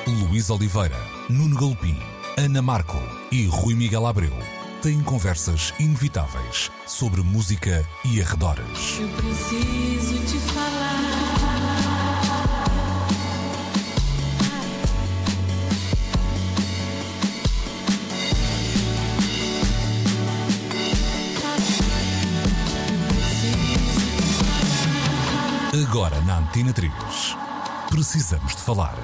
Luís Oliveira, Nuno Galopim, Ana Marco e Rui Miguel Abreu têm conversas inevitáveis sobre música e arredores. Eu preciso te falar. Agora na Antena 3. Precisamos de falar.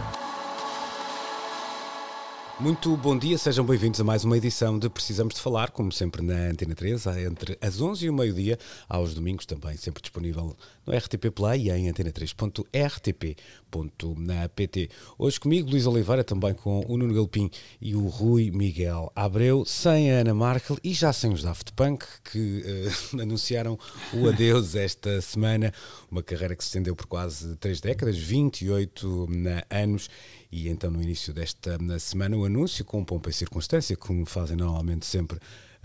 Muito bom dia, sejam bem-vindos a mais uma edição de Precisamos de Falar, como sempre na Antena 3, entre as 11 e o meio-dia, aos domingos também, sempre disponível no RTP Play e em antena3.rtp.pt. Hoje comigo, Luís Oliveira, também com o Nuno Galopim e o Rui Miguel Abreu, sem a Ana Markel e já sem os Daft Punk, que anunciaram o adeus esta semana, uma carreira que se estendeu por quase 3 décadas, 28 anos. E então no início desta semana o anúncio, com pompa e circunstância, como fazem normalmente sempre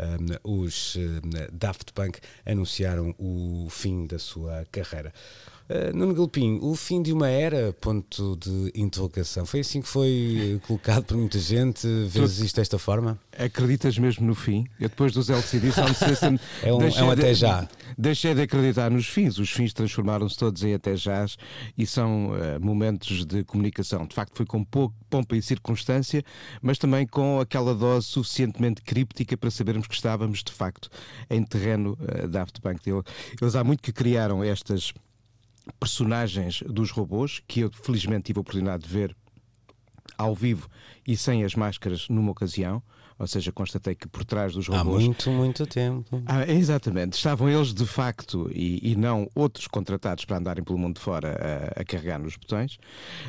os Daft Punk, anunciaram o fim da sua carreira. Nuno Galopim, o fim de uma era, ponto de interrogação. Foi assim que foi colocado por muita gente? Vês isto desta forma? Acreditas mesmo no fim? Eu depois dos LCD Sound System é um até já. Deixei de acreditar nos fins. Os fins transformaram-se todos em até jás e são momentos de comunicação. De facto foi com pompa e circunstância, mas também com aquela dose suficientemente críptica para sabermos que estávamos de facto em terreno Daft Punk. Eles há muito que criaram estas personagens dos robôs, que eu felizmente tive a oportunidade de ver ao vivo e sem as máscaras numa ocasião, ou seja, constatei que por trás dos robôs... Há muito tempo. Exatamente, estavam eles de facto e não outros contratados para andarem pelo mundo fora a carregar nos botões.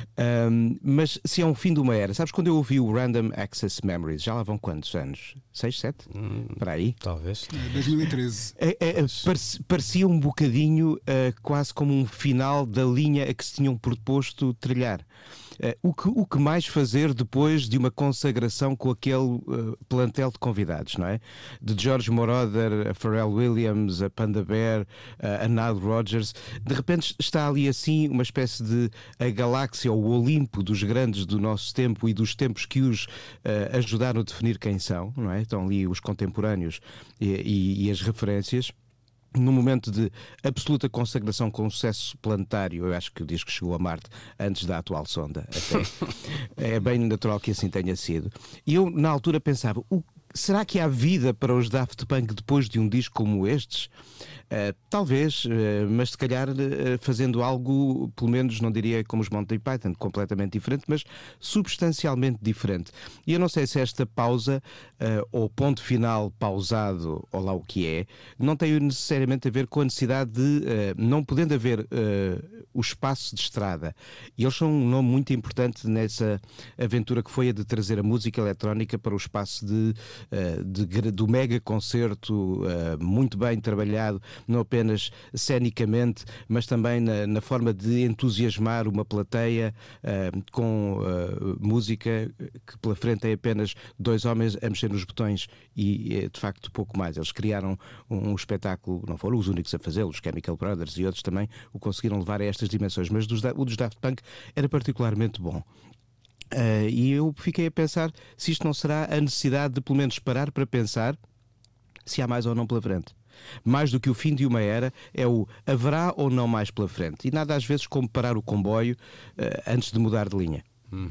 Mas se é um fim de uma era, sabes, quando eu ouvi o Random Access Memories, já lá vão quantos anos? 6, 7? Para aí? Talvez. 2013. Parecia um bocadinho quase como um final da linha a que se tinham proposto trilhar. O que mais fazer depois de uma consagração com aquele plantel de convidados, não é? De George Moroder, a Pharrell Williams, a Panda Bear, a Nile Rodgers. De repente está ali assim uma espécie de a galáxia ou o Olimpo dos grandes do nosso tempo e dos tempos que os ajudaram a definir quem são, não é? Estão ali os contemporâneos e as referências. Num momento de absoluta consagração com sucesso planetário, eu acho que o disco chegou a Marte antes da atual sonda, até. É bem natural que assim tenha sido. E eu, na altura, pensava, será que há vida para os Daft Punk depois de um disco como estes? Talvez, mas se calhar fazendo algo, pelo menos não diria como os Monty Python, completamente diferente, mas substancialmente diferente. E eu não sei se esta pausa, ou ponto final pausado, ou lá o que é, não tem necessariamente a ver com a necessidade de, não podendo haver o espaço de estrada. E eles são um nome muito importante nessa aventura que foi a de trazer a música eletrónica para o espaço do mega concerto, muito bem trabalhado, não apenas cenicamente, mas também na forma de entusiasmar uma plateia com música que pela frente é apenas dois homens a mexer nos botões e de facto pouco mais. Eles criaram um espetáculo, não foram os únicos a fazê-lo, os Chemical Brothers e outros também o conseguiram levar a estas dimensões, mas o dos Daft Punk era particularmente bom. E eu fiquei a pensar se isto não será a necessidade de pelo menos parar para pensar se há mais ou não pela frente. Mais do que o fim de uma era, é o haverá ou não mais pela frente. E nada às vezes como parar o comboio antes de mudar de linha.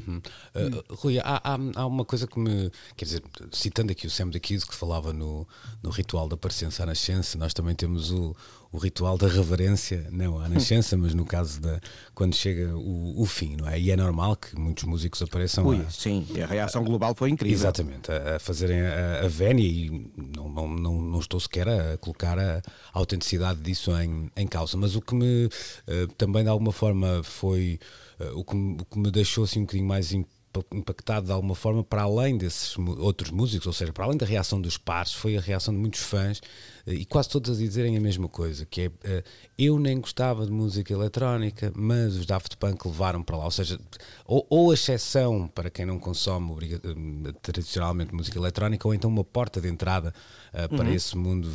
Rui, há uma coisa que me... Quer dizer, citando aqui o Sam da Kid, que falava no ritual da parecença à nascença, nós também temos o ritual da reverência, não à nascença, mas no caso quando chega o fim, não é? E é normal que muitos músicos apareçam... Sim, a reação global foi incrível. Exatamente, a fazerem a vénia, e não estou sequer a colocar a autenticidade disso em causa, mas o que me também de alguma forma foi... O que me deixou assim um bocadinho mais impactado de alguma forma, para além desses outros músicos, ou seja, para além da reação dos pares, foi a reação de muitos fãs, e quase todos a dizerem a mesma coisa, que é, eu nem gostava de música eletrónica, mas os Daft Punk levaram para lá, ou seja, ou a exceção para quem não consome tradicionalmente música eletrónica, ou então uma porta de entrada para esse mundo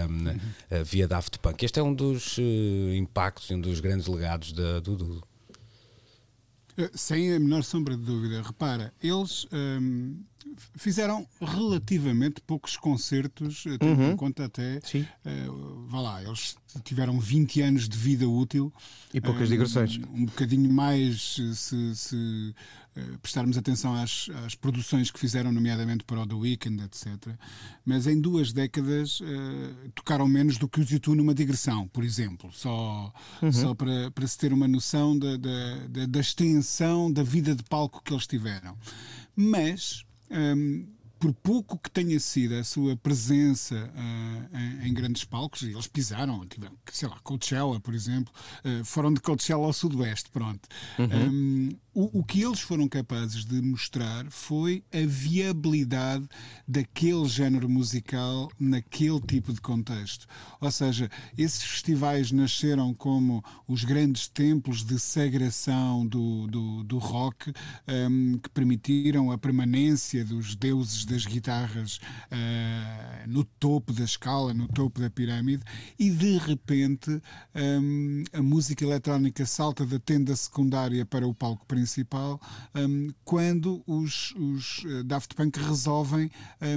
via Daft Punk. Este é um dos impactos e um dos grandes legados do Sem a menor sombra de dúvida. Repara, eles fizeram relativamente poucos concertos, tendo em conta até, vá lá, eles tiveram 20 anos de vida útil. E poucas digressões. Um bocadinho mais se prestarmos atenção às produções que fizeram, nomeadamente para o The Weeknd, etc. Mas em 2 décadas tocaram menos do que os U2 numa digressão, por exemplo. Só para se ter uma noção da extensão da vida de palco que eles tiveram. Mas por pouco que tenha sido a sua presença em grandes palcos, e eles pisaram, sei lá, Coachella, por exemplo, foram de Coachella ao Sudoeste, pronto. O que eles foram capazes de mostrar foi a viabilidade daquele género musical naquele tipo de contexto. Ou seja, esses festivais nasceram como os grandes templos de sagração do rock, que permitiram a permanência dos deuses das guitarras no topo da escala, no topo da pirâmide, e de repente a música eletrónica salta da tenda secundária para o palco principal, quando os Daft Punk resolvem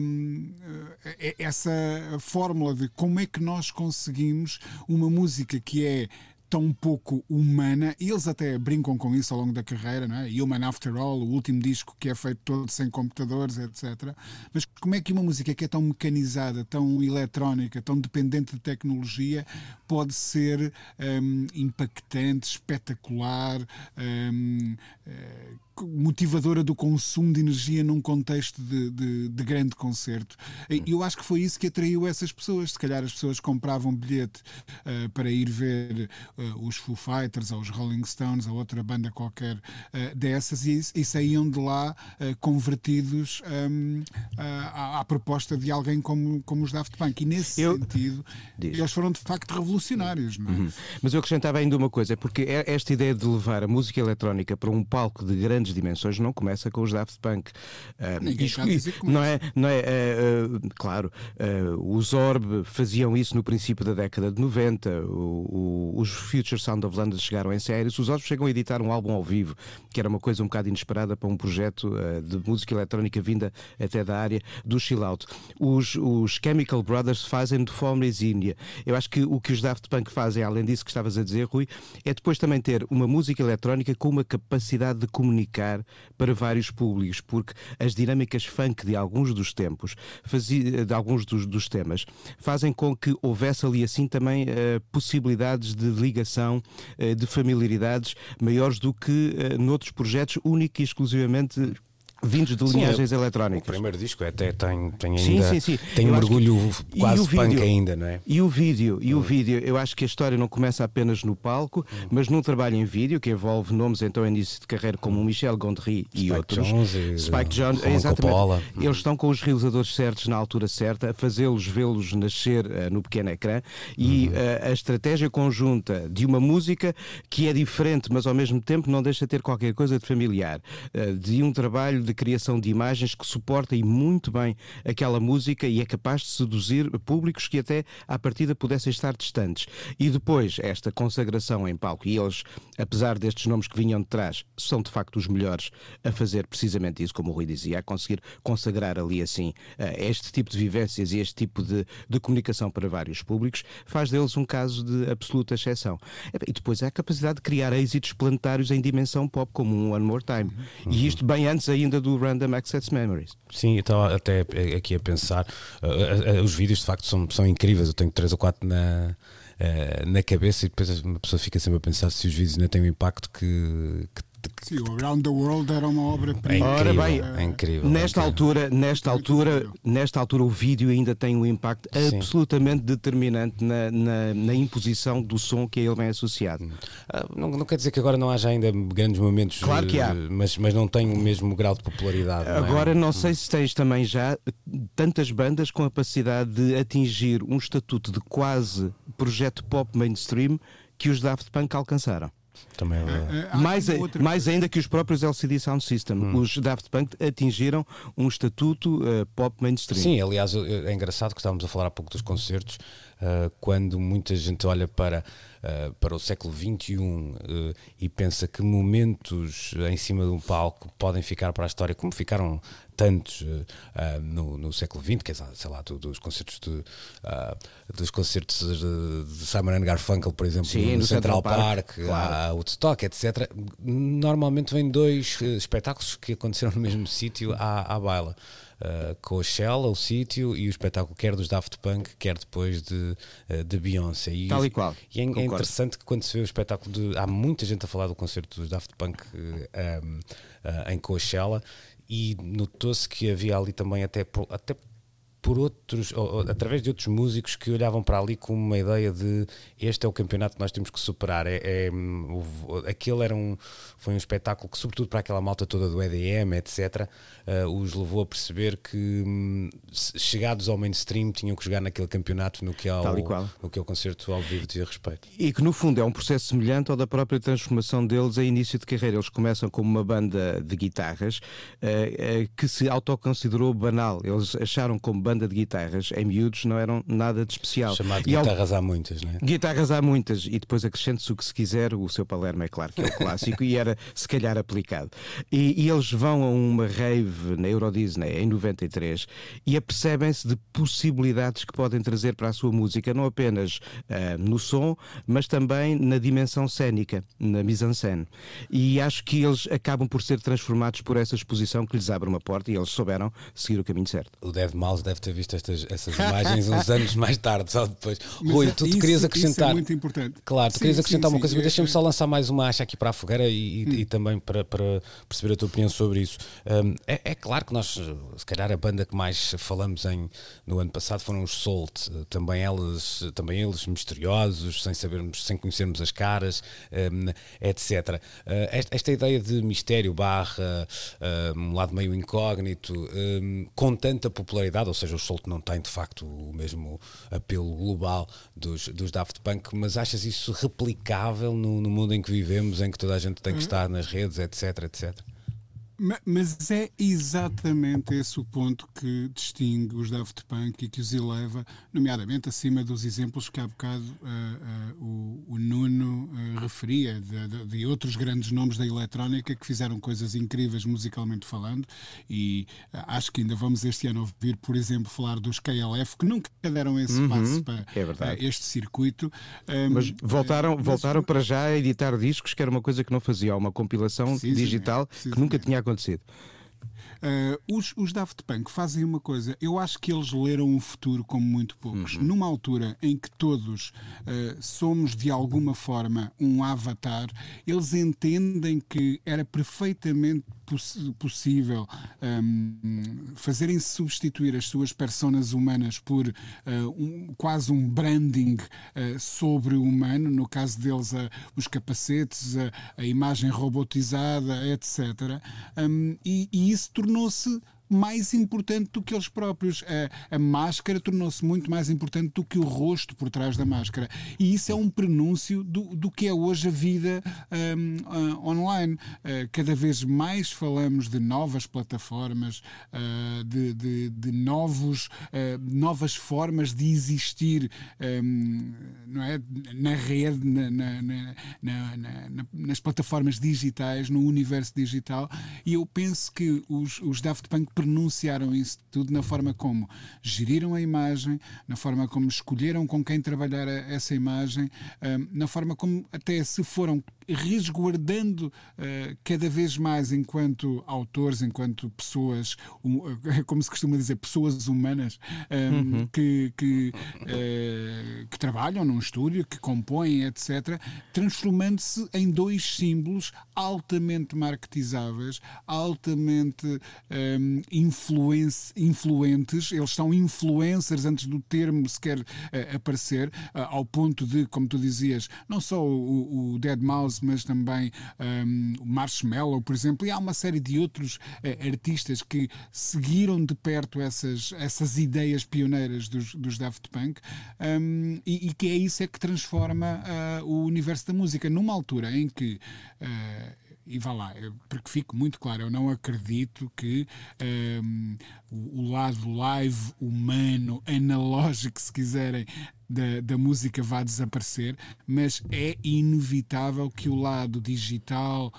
essa fórmula de como é que nós conseguimos uma música que é tão pouco humana, e eles até brincam com isso ao longo da carreira, não é? Human After All, o último disco que é feito todo sem computadores, etc. Mas como é que uma música que é tão mecanizada, tão eletrónica, tão dependente de tecnologia, pode ser impactante, espetacular, motivadora do consumo de energia num contexto de grande concerto? E eu acho que foi isso que atraiu essas pessoas. Se calhar as pessoas compravam bilhete para ir ver os Foo Fighters ou os Rolling Stones ou outra banda qualquer dessas, e saíam de lá convertidos à proposta de alguém como os Daft Punk. E nesse sentido, eles foram de facto revolucionários, não é? Mas eu acrescentava ainda uma coisa, porque esta ideia de levar a música eletrónica para um palco de grandes dimensões não começa com os Daft Punk. Ninguém está a dizer que não é, claro, os Orb faziam isso no princípio da década de 90, os Future Sound of London chegaram em séries, os Orb chegam a editar um álbum ao vivo, que era uma coisa um bocado inesperada para um projeto de música eletrónica vinda até da área do chill out. Os Chemical Brothers fazem de forma exímia. Eu acho que o que os Daft Punk fazem, além disso que estavas a dizer, Rui, é depois também ter uma música eletrónica com uma capacidade de comunicar para vários públicos, porque as dinâmicas funk de alguns dos tempos, de alguns dos temas, fazem com que houvesse ali assim também possibilidades de ligação, de familiaridades maiores do que noutros projetos únicos e exclusivamente vindos de linhagens eletrónicas. O primeiro disco até tem ainda tem um mergulho que... quase punk ainda, não é? E o vídeo, eu acho que a história não começa apenas no palco, mas num trabalho em vídeo que envolve nomes então em início de carreira como o Michel Gondry e outros. Spike Jonze, exatamente. Eles estão com os realizadores certos na altura certa, a vê-los nascer no pequeno ecrã, e a estratégia conjunta de uma música que é diferente, mas ao mesmo tempo não deixa de ter qualquer coisa de familiar, de um trabalho de criação de imagens que suporta e muito bem aquela música e é capaz de seduzir públicos que até à partida pudessem estar distantes. E depois esta consagração em palco, e eles, apesar destes nomes que vinham de trás, são de facto os melhores a fazer precisamente isso, como o Rui dizia, a conseguir consagrar ali assim este tipo de vivências e este tipo de comunicação para vários públicos, faz deles um caso de absoluta exceção. E depois há a capacidade de criar êxitos planetários em dimensão pop, como um One More Time. E isto bem antes ainda do Random Access Memories. Sim, eu estava até aqui a pensar, os vídeos de facto são incríveis. Eu tenho 3 ou 4 na cabeça, e depois uma pessoa fica sempre a pensar se os vídeos ainda têm o impacto que sim, o Around the World era uma obra-prima. Ora bem, é incrível. Nesta altura o vídeo ainda tem um impacto absolutamente determinante na imposição do som que a ele vem associado. Não quer dizer que agora não haja ainda grandes momentos, claro que há, mas não tem o mesmo grau de popularidade. Agora não sei se tens também já tantas bandas com a capacidade de atingir um estatuto de quase projeto pop mainstream que os Daft Punk alcançaram. Também mais ainda que os próprios LCD Sound System. Os Daft Punk atingiram um estatuto pop mainstream. Sim, aliás, é engraçado que estávamos a falar há pouco dos concertos. quando muita gente olha para o século XXI e pensa que momentos em cima de um palco podem ficar para a história, como ficaram tantos no século XX, que é, sei lá, dos concertos de Simon & Garfunkel, por exemplo, sim, no Central Park, claro. a Woodstock, etc. Normalmente vêm dois espetáculos que aconteceram no mesmo sítio à baila. Coachella, o sítio, e o espetáculo quer dos Daft Punk, quer depois de Beyoncé. Tal e qual. E é interessante que quando se vê o espetáculo há muita gente a falar do concerto dos Daft Punk em Coachella, e notou-se que havia ali também até por outros, ou através de outros músicos que olhavam para ali com uma ideia de este é o campeonato que nós temos que superar. Aquele foi um espetáculo que, sobretudo para aquela malta toda do EDM, etc., os levou a perceber que, chegados ao mainstream, tinham que jogar naquele campeonato no que ao concerto ao vivo dizia respeito. E que, no fundo, é um processo semelhante ao da própria transformação deles a início de carreira. Eles começam como uma banda de guitarras que se autoconsiderou banal. Eles acharam como banda de guitarras, em miúdos, não eram nada de especial. Chamado guitarras há muitas, não é? Guitarras há muitas, e depois acrescente-se o que se quiser, o seu Palermo é claro que é o clássico, e era se calhar aplicado. E eles vão a uma rave na Euro Disney em 93 e apercebem-se de possibilidades que podem trazer para a sua música, não apenas no som, mas também na dimensão cénica, na mise-en-scène. E acho que eles acabam por ser transformados por essa exposição que lhes abre uma porta, e eles souberam seguir o caminho certo. O Deadmau5 deve ter visto essas imagens uns anos mais tarde, só depois. Rui, tu querias acrescentar. Isso é muito importante. Claro, tu querias acrescentar uma coisa, mas deixa-me só lançar mais uma acha aqui para a fogueira e também para perceber a tua opinião sobre isso. É claro que nós, se calhar, a banda que mais falamos no ano passado foram os Salt, também eles misteriosos, sem conhecermos as caras, etc. Esta ideia de mistério barra um lado meio incógnito, com tanta popularidade, ou seja, o Salt não tem de facto o mesmo apelo global dos Daft Punk, mas achas isso replicável no mundo em que vivemos, em que toda a gente tem que estar nas redes, etc, etc? Mas é exatamente esse o ponto que distingue os Daft Punk e que os eleva, nomeadamente acima dos exemplos que há bocado o Nuno referia, de outros grandes nomes da eletrónica que fizeram coisas incríveis musicalmente falando, e acho que ainda vamos este ano ouvir, por exemplo, falar dos KLF, que nunca deram esse passo para este circuito. Mas voltaram para já a editar discos, que era uma coisa que não fazia, uma compilação digital que nunca tinha acontecido. Os Daft Punk fazem uma coisa, eu acho que eles leram o futuro como muito poucos. Numa altura em que todos somos de alguma forma um avatar, eles entendem que era perfeitamente possível fazerem-se substituir as suas personas humanas por quase um branding sobre-humano, no caso deles os capacetes, a imagem robotizada, etc. E isso tornou-se mais importante do que eles próprios. A máscara tornou-se muito mais importante do que o rosto por trás da máscara. E isso é um prenúncio do que é hoje a vida online. Cada vez mais falamos de novas plataformas, de novas formas de existir, não é? Na rede, nas plataformas digitais, no universo digital. E eu penso que os Daft Punk pronunciaram isso tudo na forma como geriram a imagem, na forma como escolheram com quem trabalhar essa imagem, na forma como até se foram resguardando cada vez mais enquanto autores, enquanto pessoas, como se costuma dizer, pessoas humanas, que trabalham num estúdio, que compõem, etc., transformando-se em dois símbolos altamente marketizáveis, altamente influentes. Eles são influencers antes do termo sequer aparecer, ao ponto de, como tu dizias, não só o Deadmau5, mas também o Marshmello, por exemplo, e há uma série de outros artistas que seguiram de perto essas ideias pioneiras dos Daft Punk, e que é isso que transforma o universo da música numa altura em que e vá lá, porque fico muito claro, eu não acredito que o lado live, humano, analógico, se quiserem, da música vá desaparecer, mas é inevitável que o lado digital,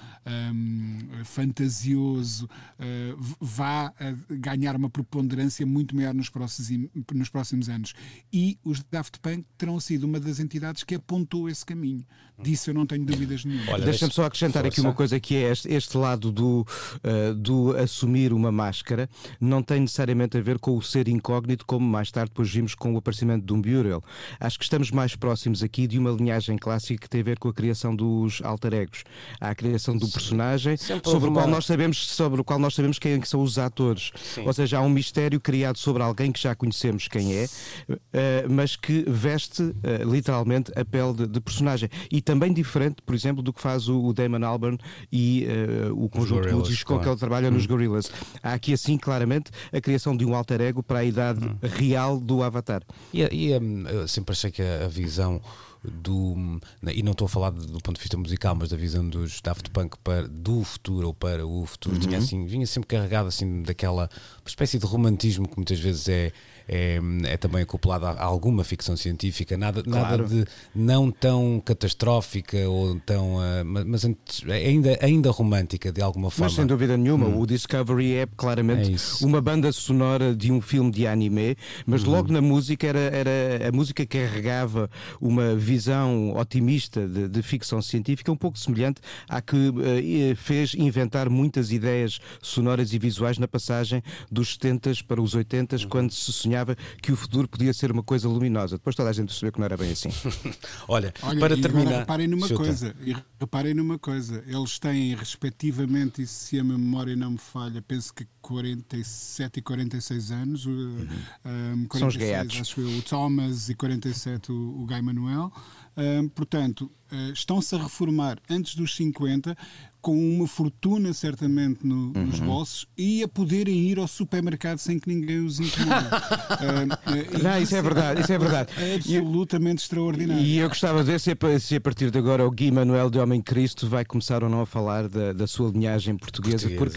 fantasioso, vá ganhar uma preponderância muito maior nos próximos anos. E os Daft Punk terão sido uma das entidades que apontou esse caminho. Disso eu não tenho dúvidas nenhuma. Deixa-me só acrescentar aqui uma coisa, que é este lado do assumir uma máscara não tem necessariamente a ver com o ser incógnito, como mais tarde depois vimos com o aparecimento de um Burial. Acho que estamos mais próximos aqui de uma linhagem clássica que tem a ver com a criação dos alter egos. Há a criação do personagem sobre o qual nós sabemos quem são os atores. Sim. Ou seja, há um mistério criado sobre alguém que já conhecemos quem é, mas que veste literalmente a pele de personagem. E também diferente, por exemplo, do que faz o Damon Albarn e o conjunto de músicos com que ele trabalha nos Gorillaz. Há aqui assim claramente a criação de um alter ego para a idade real do Avatar. Eu sempre achei que a visão e não estou a falar do ponto de vista musical, mas da visão dos Daft Punk do futuro ou para o futuro, vinha sempre carregado assim daquela espécie de romantismo que muitas vezes é também acoplado a alguma ficção científica, nada de não tão catastrófica ou tão, mas ainda romântica de alguma forma. Mas sem dúvida nenhuma, o Discovery é claramente uma banda sonora de um filme de anime, mas logo na música era a música que carregava uma visão otimista de ficção científica, um pouco semelhante à que fez inventar muitas ideias sonoras e visuais na passagem dos 70s para os 80s, quando se sonhava que o futuro podia ser uma coisa luminosa. Depois toda a gente percebeu que não era bem assim. Olha, para terminar... Reparem numa coisa. Eles têm, respectivamente, e se a memória não me falha, penso que 47 e 46 anos. 46, são os gaiatos. Acho eu, o Thomas, e 47 o Guy Manuel. Portanto, estão-se a reformar antes dos 50, com uma fortuna certamente nos bolsos, e a poderem ir ao supermercado sem que ninguém os incomode. Isso é verdade. É absolutamente extraordinário. E eu gostava de ver se a partir de agora o Gui Manuel de Homem Cristo vai começar ou não a falar da sua linhagem portuguesa, porque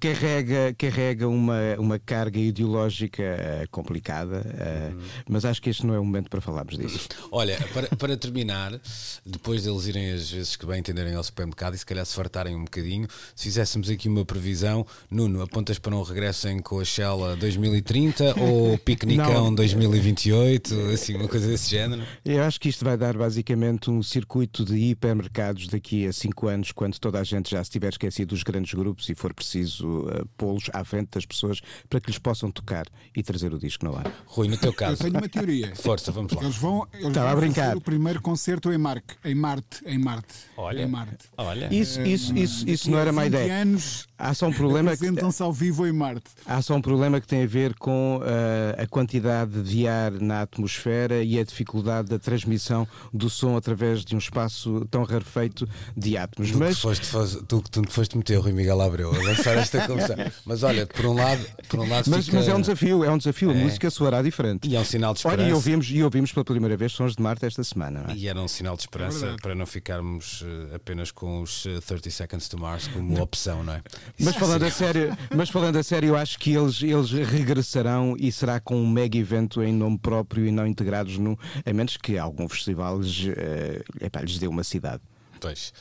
carrega uma carga ideológica complicada, mas acho que este não é o momento para falarmos disso. Olha, para terminar, depois deles irem as vezes que bem entenderem ao supermercado e se calhar se fartarem um bocadinho, se fizéssemos aqui uma previsão, Nuno, apontas para um regresso em Coachella 2030 ou Piquenicão 2028, assim, uma coisa desse género? Eu acho que isto vai dar basicamente um circuito de hipermercados daqui a 5 anos, quando toda a gente já se tiver esquecido dos grandes grupos e for preciso pô-los à frente das pessoas para que lhes possam tocar e trazer o disco no ar. Rui, no teu caso. Eu tenho uma teoria. Força, vamos lá. Eles vão a brincar. fazer o primeiro concerto em Marte. Olha, em Marte. Olha. Isso não era má ideia. Anos, há só um problema apresentam-se ao vivo em Marte. Há só um problema que tem a ver com a quantidade de ar na atmosfera e a dificuldade da transmissão do som através de um espaço tão rarefeito de átomos. Tu te foste meter o Rui Miguel Abreu a lançar esta conversa. Mas olha, por um lado mas é um desafio, a música soará diferente. E é um sinal de esperança. Olha, e ouvimos pela primeira vez Sons de Marte esta semana. Não é? E era um sinal de esperança para não ficarmos apenas com os 30 Seconds to Mars como opção, não é? Mas falando a sério, eu acho que eles regressarão e será com um mega evento em nome próprio e não integrados a menos que algum festival lhes dê uma cidade. Pois.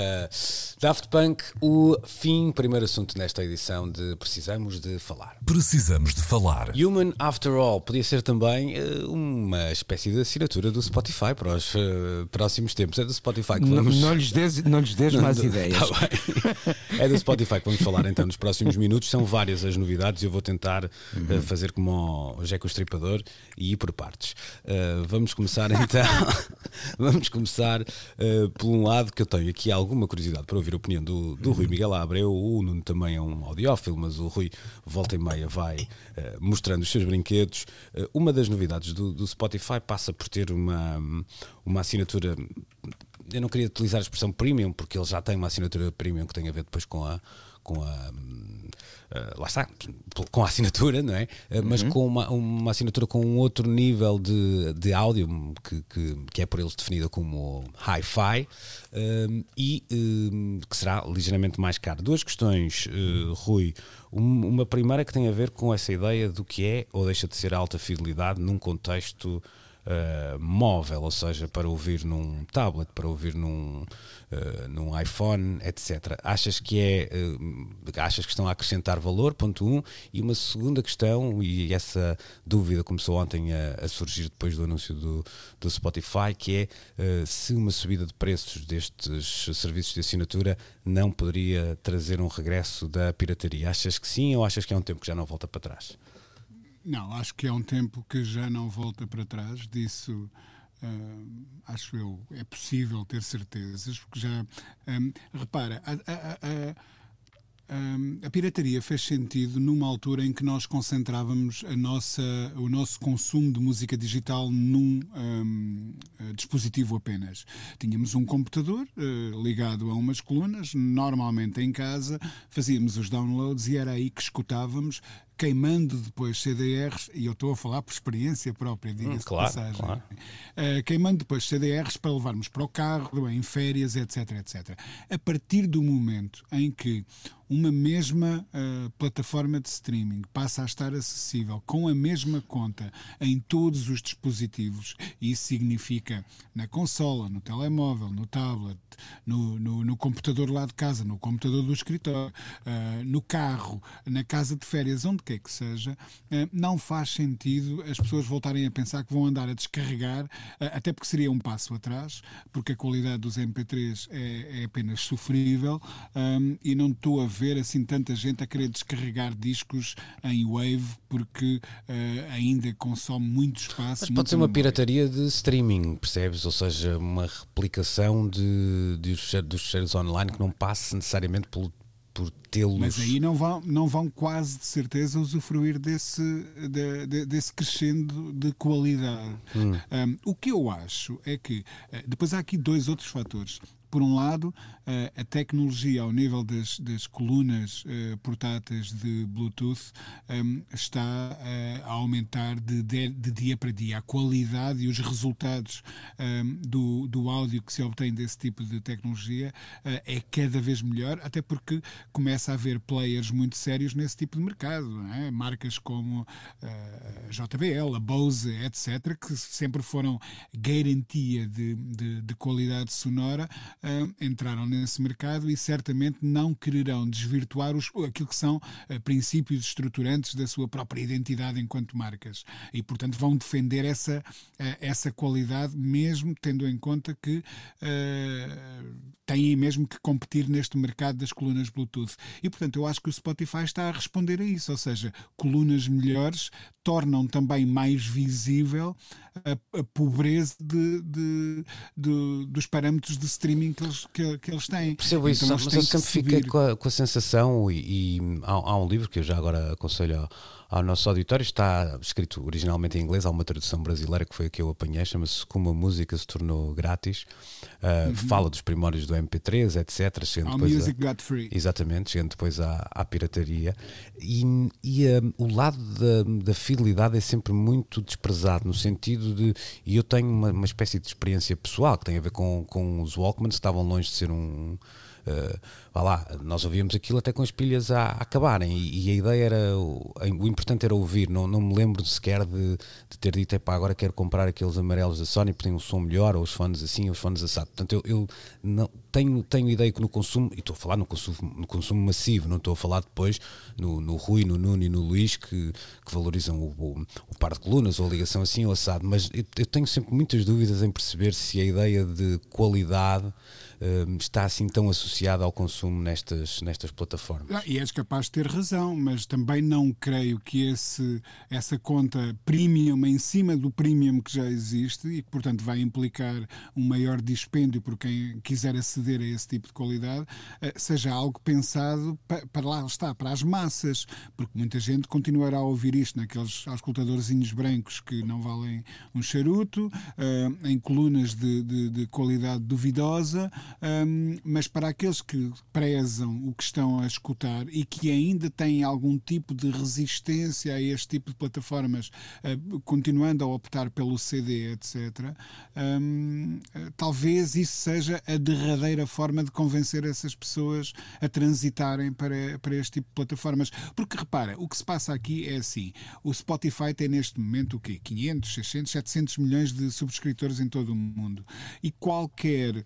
Daft Punk, primeiro assunto nesta edição de Precisamos de Falar. Precisamos de Falar. Human After All podia ser também uma espécie de assinatura do Spotify para os próximos tempos. É do Spotify que vamos... Não lhes des mais ideias. Tá bem. É do Spotify que vamos falar então nos próximos minutos. São várias as novidades e eu vou tentar fazer como o Jack o Estripador e ir por partes. Vamos começar então... Vamos começar por um lado que eu tenho aqui alguma curiosidade para ouvir a opinião do Rui Miguel Abreu. O Nuno também é um audiófilo, mas o Rui volta e meia vai mostrando os seus brinquedos. Uma das novidades do Spotify passa por ter uma assinatura eu não queria utilizar a expressão premium, porque ele já tem uma assinatura premium que tem a ver depois lá está, com a assinatura, não é? Mas com uma assinatura com um outro nível de áudio que é por eles definida como hi-fi, e que será ligeiramente mais caro. Duas questões, Rui. Uma primeira que tem a ver com essa ideia do que é ou deixa de ser alta fidelidade num contexto móvel, ou seja, para ouvir num tablet, para ouvir num iPhone, etc. Achas que estão a acrescentar valor? Ponto 1. E uma segunda questão, e essa dúvida começou ontem a surgir depois do anúncio do Spotify, que é se uma subida de preços destes serviços de assinatura não poderia trazer um regresso da pirataria. Achas que sim, ou achas que é um tempo que já não volta para trás? Não, acho que é um tempo que já não volta para trás. Disso, acho eu, é possível ter certezas, porque já... repara, a pirataria fez sentido numa altura em que nós concentrávamos o nosso consumo de música digital num dispositivo apenas. Tínhamos um computador ligado a umas colunas, normalmente em casa, fazíamos os downloads e era aí que escutávamos, queimando depois CDRs, e eu estou a falar por experiência própria, diga-se de passagem. Claro. Queimando depois CDRs para levarmos para o carro, em férias, etc, etc. A partir do momento em que uma mesma plataforma de streaming passa a estar acessível com a mesma conta em todos os dispositivos, e isso significa na consola, no telemóvel, no tablet, no computador lá de casa, no computador do escritório, no carro, na casa de férias, onde quer que seja, não faz sentido as pessoas voltarem a pensar que vão andar a descarregar, até porque seria um passo atrás, porque a qualidade dos MP3 é apenas sofrível, e não estou a ver assim tanta gente a querer descarregar discos em Wave, porque ainda consome muito espaço. Mas pode ser uma pirataria de streaming, percebes? Ou seja, uma replicação dos fecheiros online que não passe necessariamente por tê-los. Mas aí não vão quase de certeza usufruir desse crescendo de qualidade. O que eu acho é que depois há aqui dois outros fatores. Por um lado, a tecnologia ao nível das colunas portáteis de Bluetooth está a aumentar de dia para dia. A qualidade e os resultados do áudio que se obtém desse tipo de tecnologia é cada vez melhor, até porque começa a haver players muito sérios nesse tipo de mercado, não é? Marcas como a JBL, a Bose, etc., que sempre foram garantia de qualidade sonora, entraram nesse mercado e certamente não quererão desvirtuar aquilo que são princípios estruturantes da sua própria identidade enquanto marcas. E, portanto, vão defender essa qualidade, mesmo tendo em conta que têm mesmo que competir neste mercado das colunas Bluetooth. E, portanto, eu acho que o Spotify está a responder a isso, ou seja, colunas melhores tornam também mais visível a pobreza dos parâmetros de streaming que eles têm. Percebo isso, então, mas eu sempre fiquei com a sensação, e há um livro que eu já agora aconselho ao nosso auditório, está escrito originalmente em inglês, há uma tradução brasileira que foi a que eu apanhei, chama-se Como a Música se Tornou Grátis, fala dos primórdios do MP3, etc. How Music Got Free. Exatamente, chegando depois à pirataria, e o lado da fidelidade é sempre muito desprezado, no sentido de, e eu tenho uma espécie de experiência pessoal que tem a ver com os Walkmans, que estavam longe de ser nós ouvíamos aquilo até com as pilhas a acabarem, e a ideia era, o importante era ouvir. Não me lembro sequer de ter dito, agora quero comprar aqueles amarelos da Sony porque tem um som melhor, ou os fones assim, ou os fones assado. Portanto, eu não tenho ideia que no consumo, e estou a falar no consumo massivo, não estou a falar depois no Rui, no Nuno e no Luís, que valorizam o par de colunas ou a ligação assim ou assado, mas eu tenho sempre muitas dúvidas em perceber se a ideia de qualidade está assim tão associada ao consumo nestas plataformas. E és capaz de ter razão, mas também não creio que essa conta premium em cima do premium que já existe, e que portanto vai implicar um maior dispêndio por quem quiser aceder aceder a esse tipo de qualidade, seja algo pensado para lá está, para as massas, porque muita gente continuará a ouvir isto naqueles auscultadorzinhos brancos que não valem um charuto, em colunas de qualidade duvidosa, mas para aqueles que prezam o que estão a escutar e que ainda têm algum tipo de resistência a este tipo de plataformas, continuando a optar pelo CD, etc., talvez isso seja a derradeira forma de convencer essas pessoas a transitarem para este tipo de plataformas. Porque, repara, o que se passa aqui é assim, o Spotify tem neste momento o quê? 500, 600, 700 milhões de subscritores em todo o mundo. E qualquer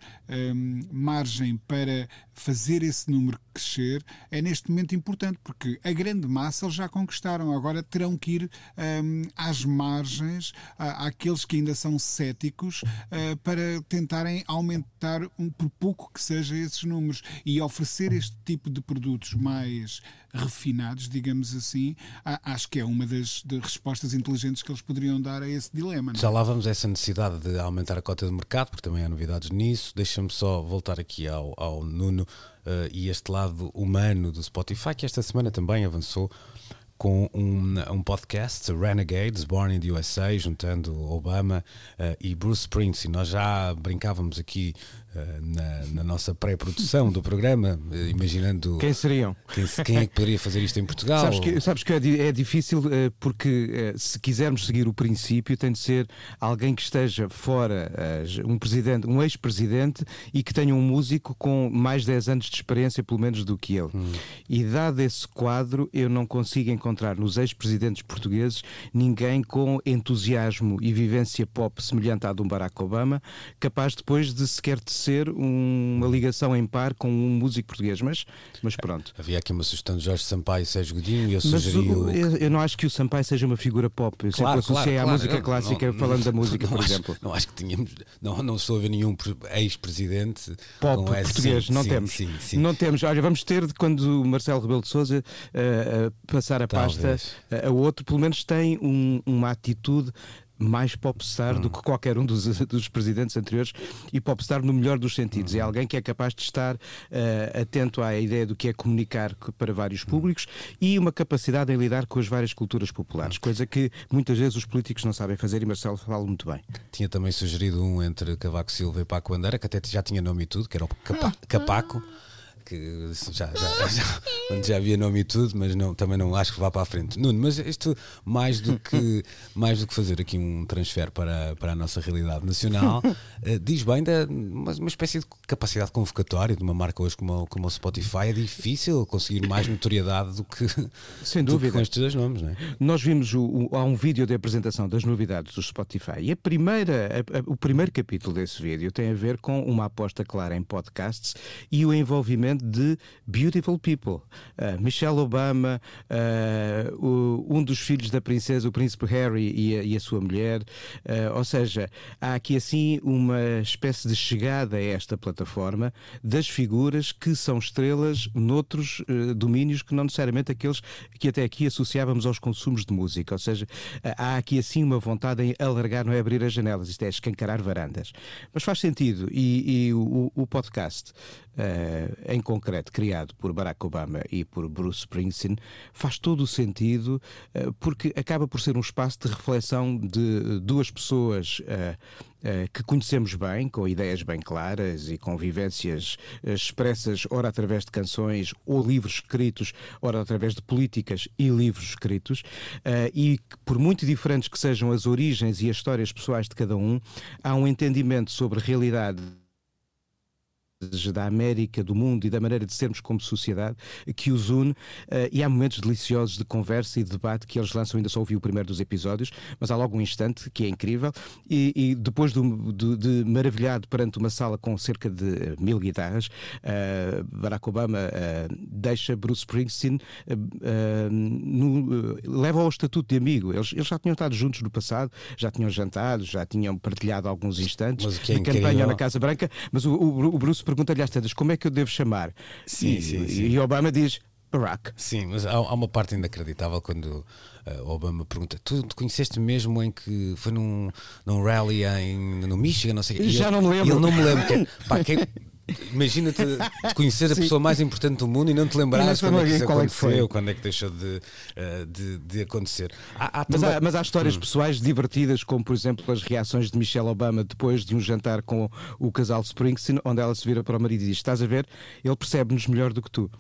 margem para fazer esse número crescer é neste momento importante, porque a grande massa eles já conquistaram, agora terão que ir às margens, àqueles que ainda são céticos, para tentarem aumentar por pouco que seja esses números e oferecer este tipo de produtos mais refinados, digamos assim. Acho que é uma das respostas inteligentes que eles poderiam dar a esse dilema. Não é? Já lá vamos a essa necessidade de aumentar a cota de mercado, porque também há novidades nisso. Deixa-me só voltar aqui ao Nuno e este lado humano do Spotify, que esta semana também avançou com um podcast, Renegades, Born in the USA, juntando Obama e Bruce Springsteen. Nós já brincávamos aqui na nossa pré-produção do programa, imaginando quem seriam, quem é que poderia fazer isto em Portugal. Sabes que é difícil, porque se quisermos seguir o princípio tem de ser alguém que esteja fora, um ex-presidente e que tenha um músico com mais 10 anos de experiência pelo menos do que ele. E dado esse quadro, eu não consigo encontrar nos ex-presidentes portugueses ninguém com entusiasmo e vivência pop semelhante à de um Barack Obama, capaz depois de sequer ser uma ligação em par com um músico português, mas pronto. Havia aqui uma sugestão de Jorge Sampaio e Sérgio Godinho e eu mas sugeri eu não acho que o Sampaio seja uma figura pop. Eu sempre associei à música clássica, falando da música, por exemplo. Não acho que tínhamos, não estou a ver nenhum ex-presidente pop português, não temos. Sim. Não temos. Olha, vamos ter, quando o Marcelo Rebelo de Sousa passar a pasta a outro, pelo menos tem uma atitude mais popstar do que qualquer um dos presidentes anteriores, e popstar no melhor dos sentidos. É alguém que é capaz de estar atento à ideia do que é comunicar para vários públicos e uma capacidade em lidar com as várias culturas populares, coisa que muitas vezes os políticos não sabem fazer, e Marcelo fala muito bem. Tinha também sugerido um entre Cavaco Silva e Paco Bandeira, que até já tinha nome e tudo, que era o Capaco, que já havia nome e tudo, mas também não acho que vá para a frente. Nuno, mas isto mais do que fazer aqui um transfer para a nossa realidade nacional, diz bem uma espécie de capacidade convocatória de uma marca hoje como o Spotify. É difícil conseguir mais notoriedade do que, sem dúvida, com estes dois nomes, não é? Nós vimos há um vídeo de apresentação das novidades do Spotify, e o primeiro capítulo desse vídeo tem a ver com uma aposta clara em podcasts e o envolvimento de Beautiful People. Michelle Obama, um dos filhos da princesa, o príncipe Harry e a sua mulher. Ou seja, há aqui assim uma espécie de chegada a esta plataforma das figuras que são estrelas noutros domínios que não necessariamente aqueles que até aqui associávamos aos consumos de música. Ou seja, há aqui assim uma vontade em alargar, não é abrir as janelas, isto é escancarar varandas. Mas faz sentido, e o podcast em concreto, criado por Barack Obama e por Bruce Springsteen, faz todo o sentido, porque acaba por ser um espaço de reflexão de duas pessoas que conhecemos bem, com ideias bem claras e com vivências expressas, ora através de canções ou livros escritos, ora através de políticas e livros escritos, e por muito diferentes que sejam as origens e as histórias pessoais de cada um, há um entendimento sobre a realidade da América, do mundo e da maneira de sermos como sociedade que os une, e há momentos deliciosos de conversa e de debate que eles lançam. Ainda só ouvi o primeiro dos episódios, mas há logo um instante que é incrível, e depois de maravilhado perante uma sala com cerca de 1000 guitarras, Barack Obama deixa Bruce Springsteen, leva ao estatuto de amigo. Eles já tinham estado juntos no passado, já tinham jantado, já tinham partilhado alguns instantes de campanha na Casa Branca, mas o Bruce pergunta-lhe às tantas como é que eu devo chamar. Sim. E Obama diz Barack. Sim, mas há uma parte inacreditável quando Obama pergunta: tu conheceste mesmo em que foi num rally no Michigan, não sei o quê. Já não me lembro. Ele não me lembro. imagina-te de conhecer a pessoa mais importante do mundo e não te lembrares quando é que isso aconteceu, quando é que deixou de acontecer. Mas há histórias pessoais divertidas, como por exemplo as reações de Michelle Obama depois de um jantar com o casal Springsteen, onde ela se vira para o marido e diz: estás a ver, ele percebe-nos melhor do que tu.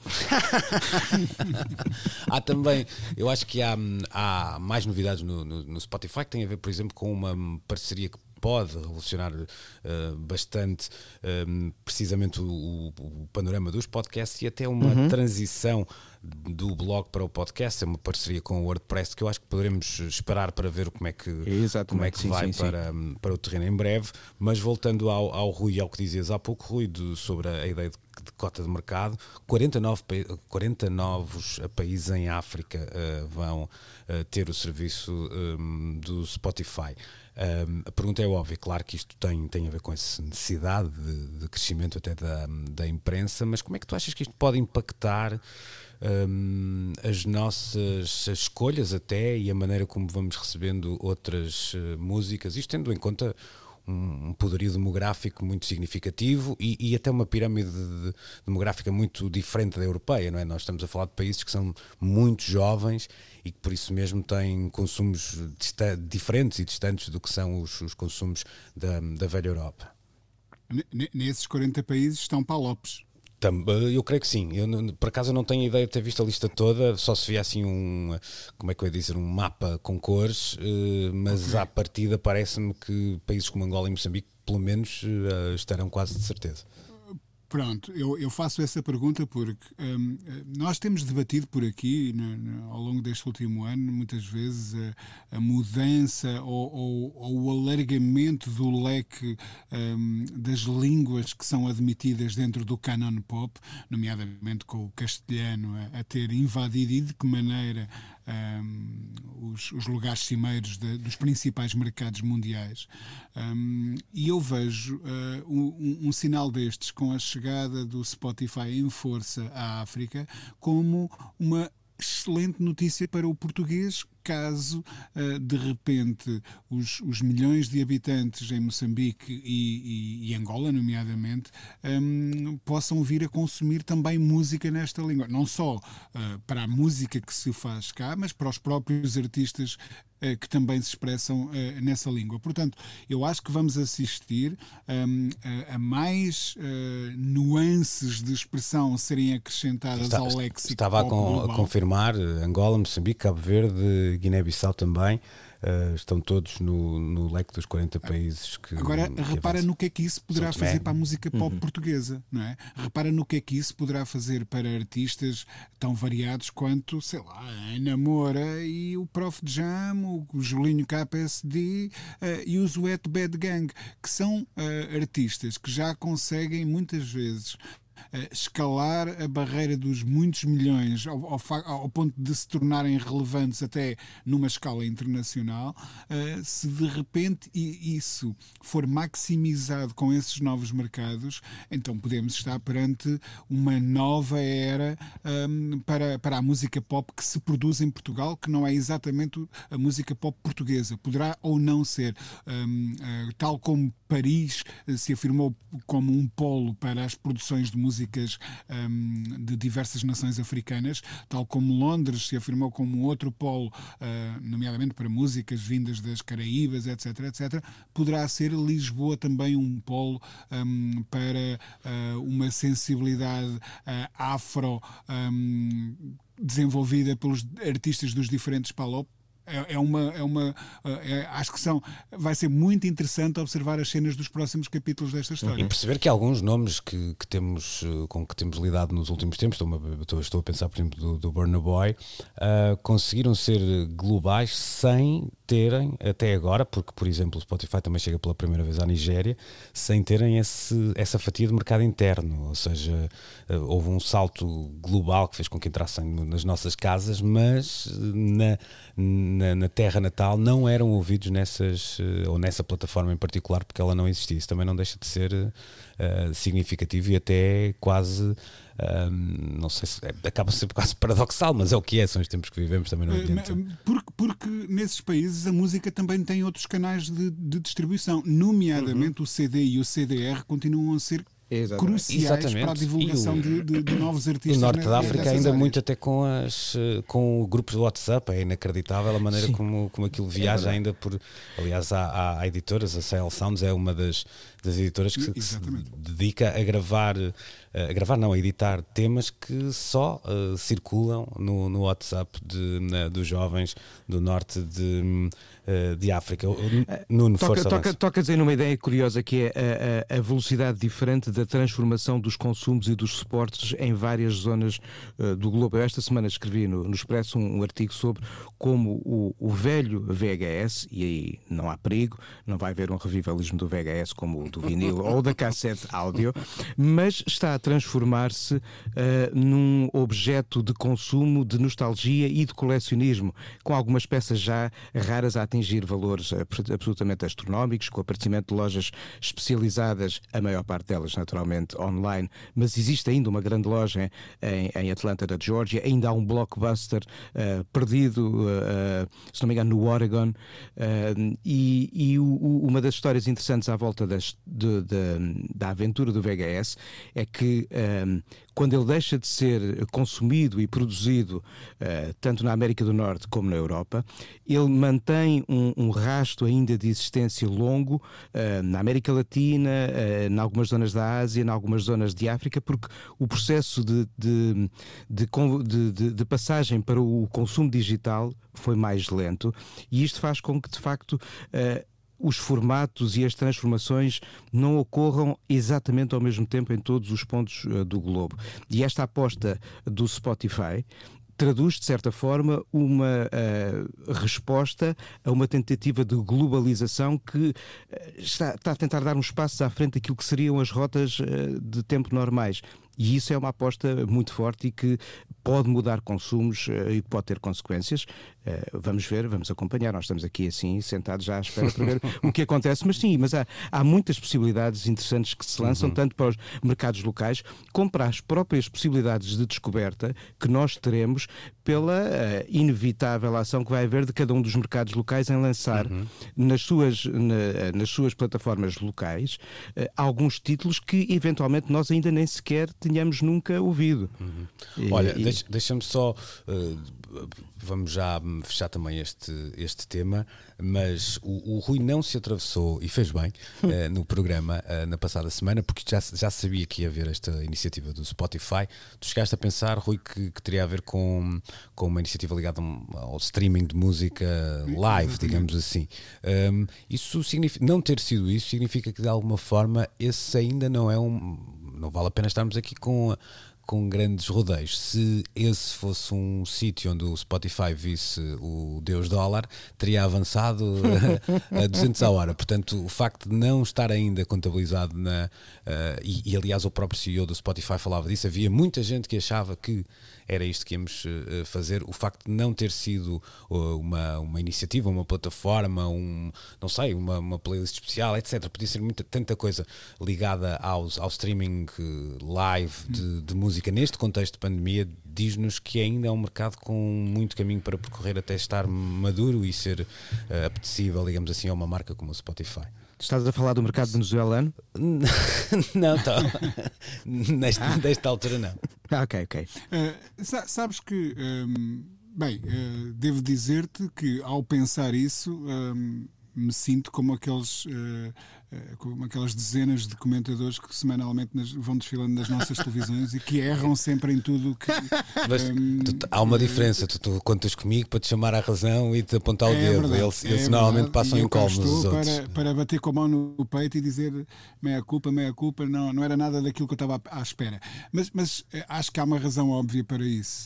Há também, eu acho que há mais novidades no Spotify que têm a ver, por exemplo, com uma parceria que pode revolucionar bastante precisamente o panorama dos podcasts e até uma transição do blog para o podcast. É uma parceria com o WordPress que eu acho que poderemos esperar para ver como é que vai para o terreno em breve. Mas voltando ao Rui, ao que dizias há pouco, Rui, sobre a ideia de cota de mercado, 40 novos países em África vão ter o serviço do Spotify. A pergunta é óbvia, claro que isto tem a ver com essa necessidade de crescimento até da imprensa, mas como é que tu achas que isto pode impactar as nossas escolhas até e a maneira como vamos recebendo outras músicas, isto tendo em conta um poderio demográfico muito significativo e até uma pirâmide demográfica muito diferente da europeia, não é? Nós estamos a falar de países que são muito jovens e que por isso mesmo têm consumos diferentes e distantes do que são os consumos da velha Europa. Nesses 40 países estão Palopes. Eu creio que sim. Por acaso eu não tenho ideia de ter visto a lista toda, só se via assim como é que eu ia dizer, um mapa com cores, mas à partida parece-me que países como Angola e Moçambique pelo menos estarão quase de certeza. Pronto, eu faço essa pergunta porque nós temos debatido por aqui ao longo deste último ano muitas vezes a mudança ou o alargamento do leque das línguas que são admitidas dentro do canon pop, nomeadamente com o castelhano a ter invadido e de que maneira os lugares cimeiros dos principais mercados mundiais. E eu vejo um sinal destes com a chegada do Spotify em força à África como uma excelente notícia para o português, caso de repente os milhões de habitantes em Moçambique e Angola, nomeadamente, possam vir a consumir também música nesta língua. Não só para a música que se faz cá, mas para os próprios artistas que também se expressam nessa língua. Portanto, eu acho que vamos assistir a mais nuances de expressão serem acrescentadas ao léxico. Estava a confirmar, Angola, Moçambique, Cabo Verde, Guiné-Bissau também, estão todos no leque dos 40 países que... Agora, repara no que é que isso poderá fazer para a música pop portuguesa, não é? Repara no que é que isso poderá fazer para artistas tão variados quanto, sei lá, a Ana Moura e o Prof Jam, o Julinho KPSD e os Wet Bad Gang, que são artistas que já conseguem muitas vezes escalar a barreira dos muitos milhões ao ponto de se tornarem relevantes até numa escala internacional. Se de repente isso for maximizado com esses novos mercados, então podemos estar perante uma nova era para a música pop que se produz em Portugal, que não é exatamente a música pop portuguesa. Poderá ou não ser, tal como Paris se afirmou como um polo para as produções de músicas de diversas nações africanas, tal como Londres se afirmou como outro polo, nomeadamente para músicas vindas das Caraíbas, etc., etc., poderá ser Lisboa também um polo para uma sensibilidade afro desenvolvida pelos artistas dos diferentes palop. Acho que vai ser muito interessante observar as cenas dos próximos capítulos desta história. E perceber que alguns nomes com que temos lidado nos últimos tempos, estou a pensar, por exemplo, do Burna Boy, conseguiram ser globais sem terem, até agora, porque, por exemplo, o Spotify também chega pela primeira vez à Nigéria, sem terem essa fatia de mercado interno, ou seja, houve um salto global que fez com que entrassem nas nossas casas, mas na terra natal não eram ouvidos nessa plataforma em particular, porque ela não existia. Isso também não deixa de ser significativo e até quase, não sei se acaba sempre quase paradoxal, mas é o que é, são os tempos que vivemos, também não adianta. Porque nesses países a música também tem outros canais de distribuição, nomeadamente o CD e o CDR continuam a ser cruciais para a divulgação de novos artistas. O Norte da África ainda áreas. muito até com grupos de WhatsApp, é inacreditável a maneira como aquilo viaja ainda por... Aliás, há editoras, a Sail Sounds é uma das editoras que se dedica a gravar, a editar temas que só circulam no WhatsApp dos jovens do Norte de África. Nuno, toca dizer numa ideia curiosa que é a velocidade diferente da transformação dos consumos e dos suportes em várias zonas do globo. Eu esta semana escrevi no Expresso um artigo sobre como o velho VHS, e aí não há perigo, não vai haver um revivalismo do VHS como o do vinil ou da cassete áudio, mas está a transformar-se num objeto de consumo, de nostalgia e de colecionismo, com algumas peças já raras a atingir valores absolutamente astronómicos, com o aparecimento de lojas especializadas, a maior parte delas naturalmente online, mas existe ainda uma grande loja em Atlanta, da Geórgia, ainda há um Blockbuster perdido, se não me engano, no Oregon, e uma das histórias interessantes à volta da aventura do VHS é que quando ele deixa de ser consumido e produzido tanto na América do Norte como na Europa, ele mantém um rasto ainda de existência longo na América Latina, em algumas zonas da Ásia, em algumas zonas de África, porque o processo de passagem para o consumo digital foi mais lento, e isto faz com que, de facto, os formatos e as transformações não ocorram exatamente ao mesmo tempo em todos os pontos do globo. E esta aposta do Spotify traduz, de certa forma, uma resposta a uma tentativa de globalização que está a tentar dar uns passos à frente daquilo que seriam as rotas de tempo normais. E isso é uma aposta muito forte e que pode mudar consumos e pode ter consequências. Vamos ver, vamos acompanhar. Nós estamos aqui assim, sentados já à espera para ver o que acontece. Mas sim, mas há muitas possibilidades interessantes que se lançam, tanto para os mercados locais, como para as próprias possibilidades de descoberta que nós teremos pela inevitável ação que vai haver de cada um dos mercados locais em lançar nas suas plataformas locais alguns títulos que eventualmente nós ainda nem sequer tínhamos nunca ouvido. Olha, deixa-me só... vamos já fechar também este tema, mas o Rui não se atravessou, e fez bem, no programa na passada semana, porque já sabia que ia haver esta iniciativa do Spotify. Tu chegaste a pensar, Rui, que teria a ver com uma iniciativa ligada ao streaming de música live, digamos assim. Isso significa, não ter sido isso, significa que de alguma forma esse ainda não é não vale a pena estarmos aqui com grandes rodeios. Se esse fosse um sítio onde o Spotify visse o Deus dólar, teria avançado a 200 a hora. Portanto, o facto de não estar ainda contabilizado e aliás o próprio CEO do Spotify falava disso, havia muita gente que achava que era isto que íamos fazer. O facto de não ter sido uma iniciativa, uma plataforma, não sei, uma playlist especial, etc. Podia ser tanta coisa ligada ao streaming live de música neste contexto de pandemia, diz-nos que ainda é um mercado com muito caminho para percorrer até estar maduro e ser apetecível, digamos assim, a uma marca como o Spotify. Estás a falar do mercado venezuelano? Não, nesta altura não. Ok. Sabes que, devo dizer-te que ao pensar isso, me sinto como aquelas dezenas de comentadores que semanalmente vão desfilando nas nossas televisões e que erram sempre em tudo que... Mas há uma diferença, tu contas comigo para te chamar à razão e te apontar o dedo. Verdade, eles normalmente passam incómodos os outros. Para bater com a mão no peito e dizer meia culpa, não era nada daquilo que eu estava à espera. Mas acho que há uma razão óbvia para isso.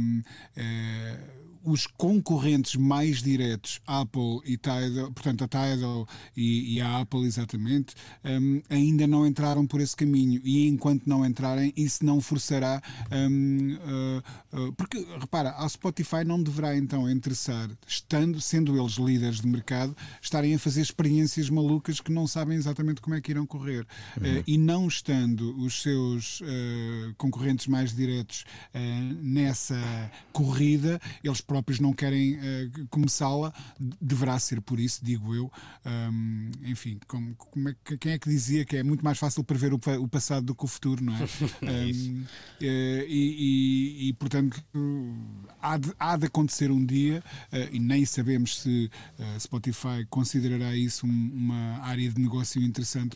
Os concorrentes mais diretos, Apple e Tidal, portanto a Tidal e a Apple exatamente, ainda não entraram por esse caminho, e enquanto não entrarem, isso não forçará, porque repara, ao Spotify não deverá então interessar, sendo eles líderes de mercado, estarem a fazer experiências malucas que não sabem exatamente como é que irão correr, e não estando os seus concorrentes mais diretos nessa corrida, eles próprios não querem começá-la, deverá ser por isso, digo eu. Enfim, quem é que dizia que é muito mais fácil prever o passado do que o futuro, não é? E portanto, há de acontecer um dia, e nem sabemos se Spotify considerará isso uma área de negócio interessante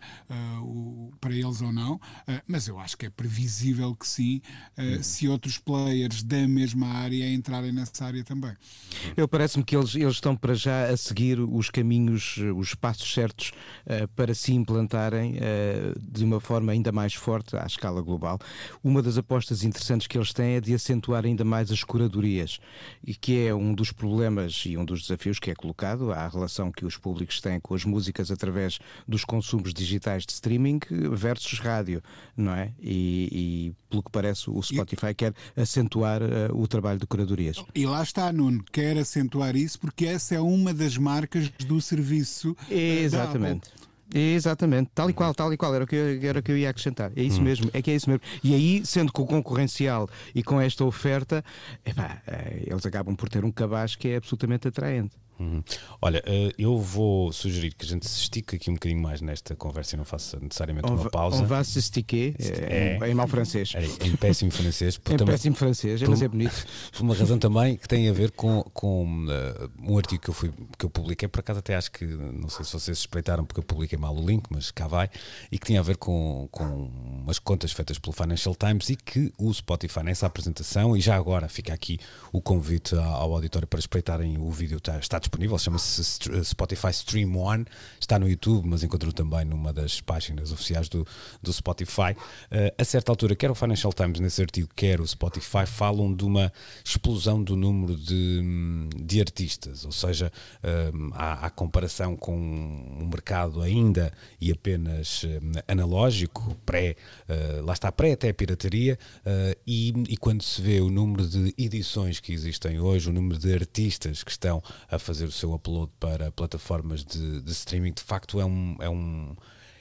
para eles ou não, mas eu acho que é previsível que sim, se outros players da mesma área entrarem nessa área também. Parece-me que eles estão para já a seguir os caminhos, os passos certos para se implantarem de uma forma ainda mais forte à escala global. Uma das apostas interessantes que eles têm é de acentuar ainda mais as curadorias, e que é um dos problemas e um dos desafios que é colocado à relação que os públicos têm com as músicas através dos consumos digitais de streaming versus rádio, não é? E pelo que parece o Spotify quer acentuar o trabalho de curadorias. E lá está, Nuno, quer acentuar isso porque essa é uma das marcas do serviço. Exatamente. Exatamente, tal e qual, era o que eu ia acrescentar. É isso mesmo, é isso mesmo. E aí, sendo que o concorrencial e com esta oferta, eles acabam por ter um cabaz que é absolutamente atraente. Olha, eu vou sugerir que a gente se estique aqui um bocadinho mais nesta conversa e não faça necessariamente uma pausa. On va se estiquer, em mau francês. Em péssimo francês. Péssimo francês, mas é bonito. Por uma razão também que tem a ver com um artigo que eu publiquei, por acaso até acho que, não sei se vocês espreitaram porque eu publiquei mal o link, mas cá vai, e que tinha a ver com umas contas feitas pelo Financial Times, e que o Spotify nessa apresentação, e já agora fica aqui o convite ao auditório para espreitarem o vídeo, está disponível, chama-se Spotify Stream One, está no YouTube, mas encontram também numa das páginas oficiais do Spotify. A certa altura, quer o Financial Times nesse artigo, quer o Spotify, falam de uma explosão do número de artistas, ou seja, há comparação com um mercado ainda e apenas analógico, lá está, pré até a pirataria, e quando se vê o número de edições que existem hoje, o número de artistas que estão a fazer o seu upload para plataformas de streaming, de facto é um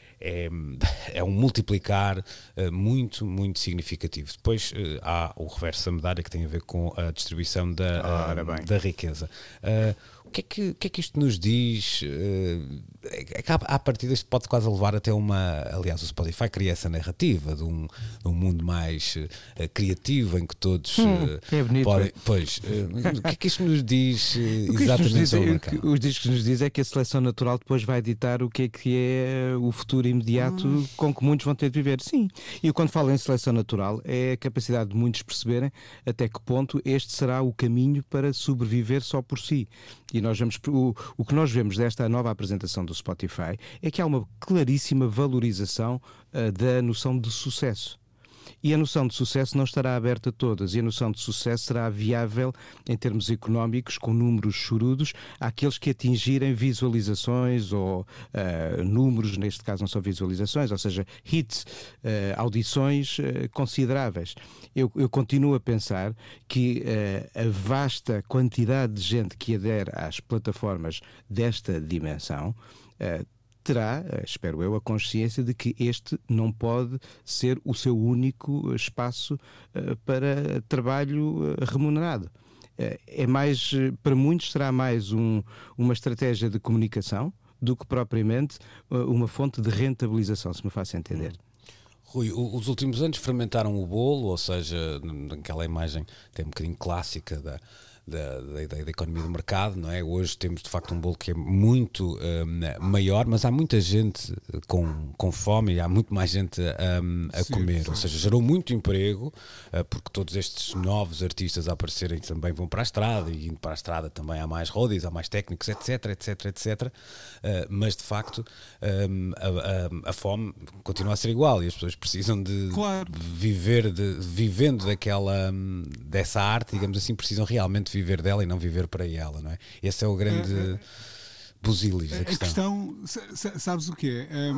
multiplicar muito, muito significativo. Depois há o reverso da medalha, que tem a ver com a distribuição da riqueza. O que é que isto nos diz? À partida isto pode quase levar até aliás, o Spotify cria essa narrativa de um mundo mais criativo, em que todos podem... Pois, o que é que isto nos diz exatamente sobre o mercado? Os discos nos diz é que a seleção natural depois vai ditar o que é o futuro imediato com que muitos vão ter de viver. Sim, e quando falo em seleção natural é a capacidade de muitos perceberem até que ponto este será o caminho para sobreviver só por si. E nós vemos, o que nós vemos desta nova apresentação do Spotify é que há uma claríssima valorização da noção de sucesso. E a noção de sucesso não estará aberta a todas, e a noção de sucesso será viável em termos económicos, com números chorudos, àqueles que atingirem visualizações ou números, neste caso não são visualizações, ou seja, hits, audições consideráveis. Eu continuo a pensar que a vasta quantidade de gente que adere às plataformas desta dimensão terá, espero eu, a consciência de que este não pode ser o seu único espaço para trabalho remunerado. É mais, para muitos será mais uma estratégia de comunicação do que propriamente uma fonte de rentabilização, se me faço entender. Rui, os últimos anos fermentaram o bolo, ou seja, naquela imagem até um bocadinho clássica da economia do mercado, não é? Hoje temos de facto um bolo que é muito maior, mas há muita gente com fome e há muito mais gente a comer, ou seja, gerou muito emprego, porque todos estes novos artistas a aparecerem também vão para a estrada, e indo para a estrada também há mais roadies, há mais técnicos, etc. Mas de facto a fome continua a ser igual, e as pessoas precisam de vivendo dessa arte, digamos assim, precisam realmente viver dela e não viver para ela, não é? Esse é o grande busilis da questão. A questão, sabes o que é?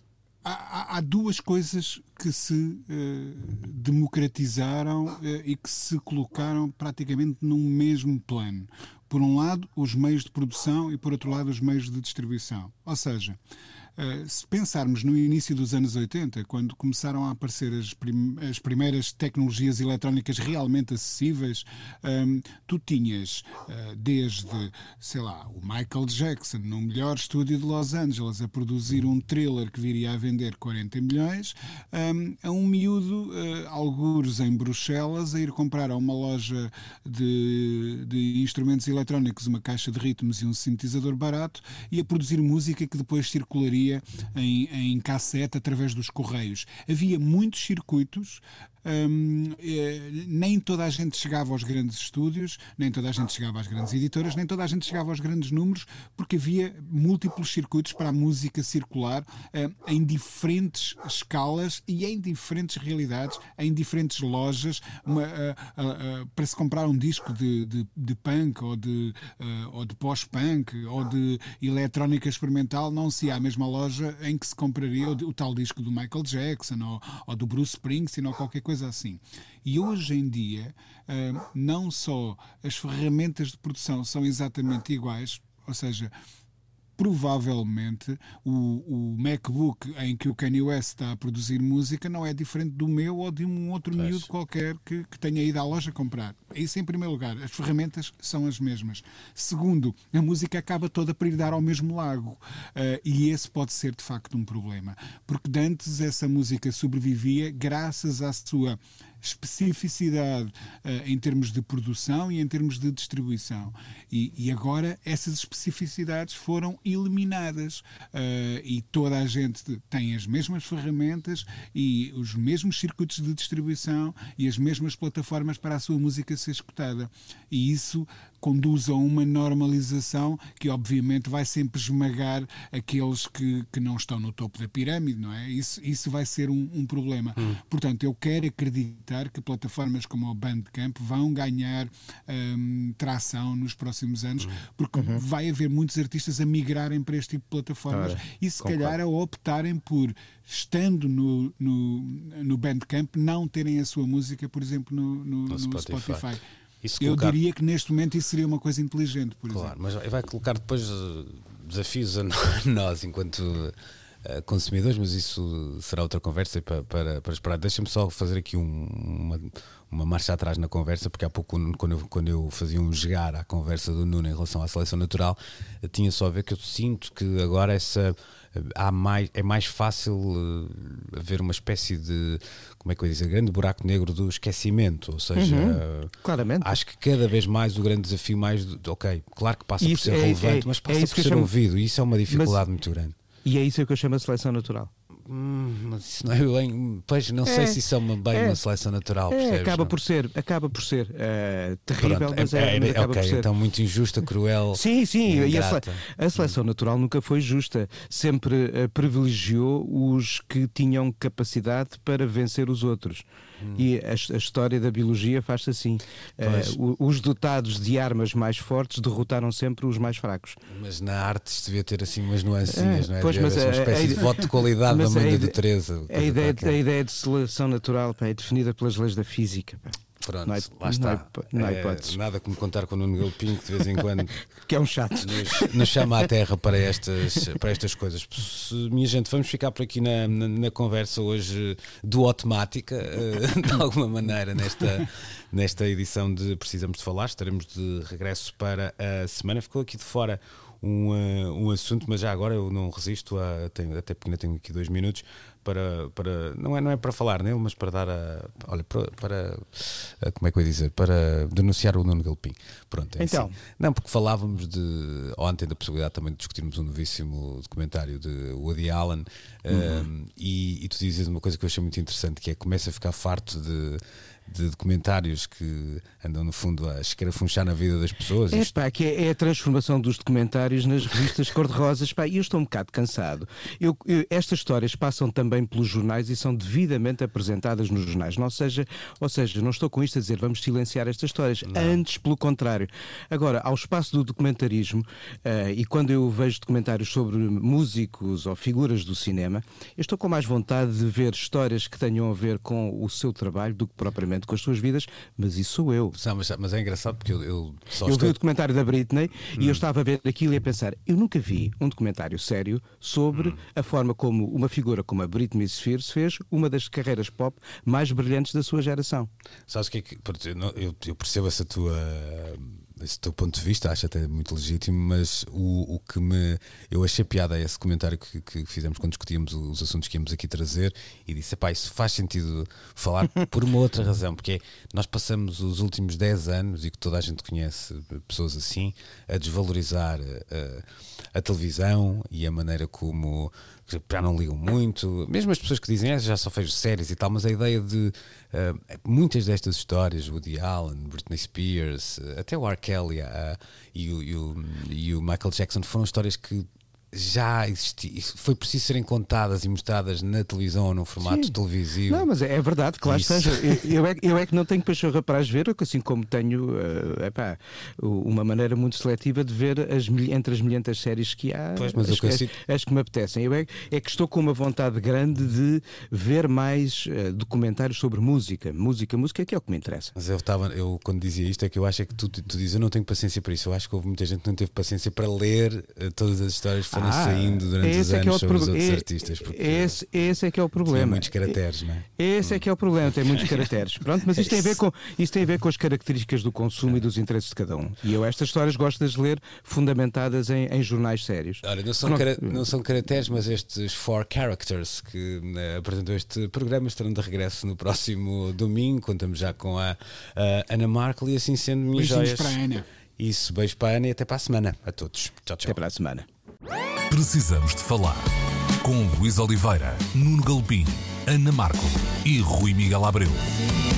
Há duas coisas que se democratizaram e que se colocaram praticamente num mesmo plano. Por um lado, os meios de produção, e por outro lado, os meios de distribuição. Ou seja, se pensarmos no início dos anos 80, quando começaram a aparecer as primeiras tecnologias eletrónicas realmente acessíveis, tu tinhas desde, sei lá, o Michael Jackson no melhor estúdio de Los Angeles a produzir um thriller que viria a vender 40 milhões, a um miúdo, algures em Bruxelas, a ir comprar a uma loja de instrumentos eletrónicos uma caixa de ritmos e um sintetizador barato e a produzir música que depois circularia em cassete através dos correios. Havia muitos circuitos. Nem toda a gente chegava aos grandes estúdios, nem toda a gente chegava às grandes editoras, nem toda a gente chegava aos grandes números, porque havia múltiplos circuitos para a música circular em diferentes escalas e em diferentes realidades, em diferentes lojas. Para se comprar um disco de punk ou de pós-punk ou de eletrónica experimental, não se há a mesma loja em que se compraria o tal disco do Michael Jackson ou do Bruce Springsteen ou qualquer coisa assim. E hoje em dia, não só as ferramentas de produção são exatamente iguais, ou seja, provavelmente o MacBook em que o Kanye West está a produzir música não é diferente do meu ou de um outro miúdo qualquer que tenha ido à loja comprar. Isso em primeiro lugar. As ferramentas são as mesmas. Segundo, a música acaba toda por ir dar ao mesmo lago. E esse pode ser de facto um problema. Porque de antes essa música sobrevivia graças à sua especificidade em termos de produção e em termos de distribuição. E agora essas especificidades foram eliminadas e toda a gente tem as mesmas ferramentas e os mesmos circuitos de distribuição e as mesmas plataformas para a sua música ser escutada. E isso conduz a uma normalização que obviamente vai sempre esmagar aqueles que não estão no topo da pirâmide, não é? Isso vai ser um problema. Portanto, eu quero acreditar que plataformas como o Bandcamp vão ganhar tração nos próximos anos, porque vai haver muitos artistas a migrarem para este tipo de plataformas e se calhar a optarem por, estando no Bandcamp, não terem a sua música, por exemplo, no Spotify. Eu diria que neste momento isso seria uma coisa inteligente, por exemplo. Mas vai colocar depois desafios a nós enquanto consumidores, mas isso será outra conversa para esperar. Deixa-me só fazer aqui uma marcha atrás na conversa, porque há pouco quando eu fazia um jogar à conversa do Nuno em relação à seleção natural, tinha só a ver que eu sinto que agora é mais fácil haver uma espécie de, como é que eu ia dizer, grande buraco negro do esquecimento, ou seja, claramente. Acho que cada vez mais o grande desafio claro que passa por ser relevante, mas passa por ser ouvido, e isso é uma dificuldade muito grande. E é isso que eu chamo de seleção natural. Mas isso não é bem. Pois não sei se isso é uma seleção natural. Percebes, acaba por ser terrível. Pronto, mas acaba por ser. Então muito injusta, cruel. Sim. E a seleção natural nunca foi justa. Sempre privilegiou os que tinham capacidade para vencer os outros. E a história da biologia faz-se assim. Os dotados de armas mais fortes derrotaram sempre os mais fracos. Mas na arte isto devia ter assim umas nuancinhas, não é? Mas uma espécie de voto de qualidade da mãe da natureza. A ideia de seleção natural é definida pelas leis da física. Pronto, lá está. Não há hipóteses. Nada como contar com o Nuno Galopim, que de vez em quando que é um chato. Nos chama à terra para estas coisas. Minha gente, vamos ficar por aqui na conversa hoje duotemática, de alguma maneira, nesta edição de Precisamos de Falar. Estaremos de regresso para a semana. Ficou aqui de fora um assunto, mas já agora eu não resisto até porque ainda tenho aqui 2 minutos para não é para falar nele, mas para dar como é que eu ia dizer, para denunciar o Nuno Galopim. Pronto, então. Assim. Não, porque falávamos ontem da possibilidade também de discutirmos um novíssimo documentário de Woody Allen, e tu dizes uma coisa que eu achei muito interessante, que é que começa a ficar farto de documentários que andam no fundo a escarafunchar na vida das pessoas. Que é a transformação dos documentários nas revistas cor-de-rosas, e eu estou um bocado cansado. Estas histórias passam também pelos jornais e são devidamente apresentadas nos jornais, ou seja, não estou com isto a dizer vamos silenciar estas histórias, antes pelo contrário. Agora, ao espaço do documentarismo, e quando eu vejo documentários sobre músicos ou figuras do cinema, eu estou com mais vontade de ver histórias que tenham a ver com o seu trabalho do que propriamente naturalmente com as suas vidas, mas isso sou eu. Mas é engraçado porque eu vi o documentário da Britney e eu estava a ver aquilo e a pensar, eu nunca vi um documentário sério sobre a forma como uma figura como a Britney Spears fez uma das carreiras pop mais brilhantes da sua geração. Sabes o que é que... Eu percebo esse teu ponto de vista, acho até muito legítimo, mas o que eu achei piada a esse comentário que fizemos quando discutíamos os assuntos que íamos aqui trazer, e disse, isso faz sentido falar por uma outra razão, porque nós passamos os últimos 10 anos, e que toda a gente conhece pessoas assim, a desvalorizar a televisão e a maneira como já não ligam muito, mesmo as pessoas que dizem já só vejo séries e tal, mas a ideia de muitas destas histórias, Woody Allen, Britney Spears, até o R. Kelly e o Michael Jackson, foram histórias que já existiam, foi preciso serem contadas e mostradas na televisão ou num formato televisivo. Não, mas é verdade, claro esteja. Eu é que não tenho pachorra para as ver, assim como tenho uma maneira muito seletiva de ver entre as milhentas séries que há, pois, mas as que me apetecem. Eu é que estou com uma vontade grande de ver mais documentários sobre música. Música que é o que me interessa. Mas eu quando dizia isto é que eu acho que tu dizes, eu não tenho paciência para isso. Eu acho que houve muita gente que não teve paciência para ler todas as histórias que foram saindo durante os anos sobre os outros artistas. Esse é que é o problema. Tem muitos caracteres, não é? Esse é que é o problema, tem muitos caracteres. Pronto, mas isto tem a ver com as características do consumo e dos interesses de cada um. E eu estas histórias gosto de as ler fundamentadas em jornais sérios. Olha, não são caracteres, mas estes 4 characters que apresentou este programa estarão de regresso no próximo domingo. Contamos já com a Ana Markle, e assim sendo, minhas joias. Para a Ana. Isso, beijo para a Ana e até para a semana a todos. Tchau, tchau. Até para a semana. Precisamos de falar com Luís Oliveira, Nuno Galpim, Ana Marco e Rui Miguel Abreu.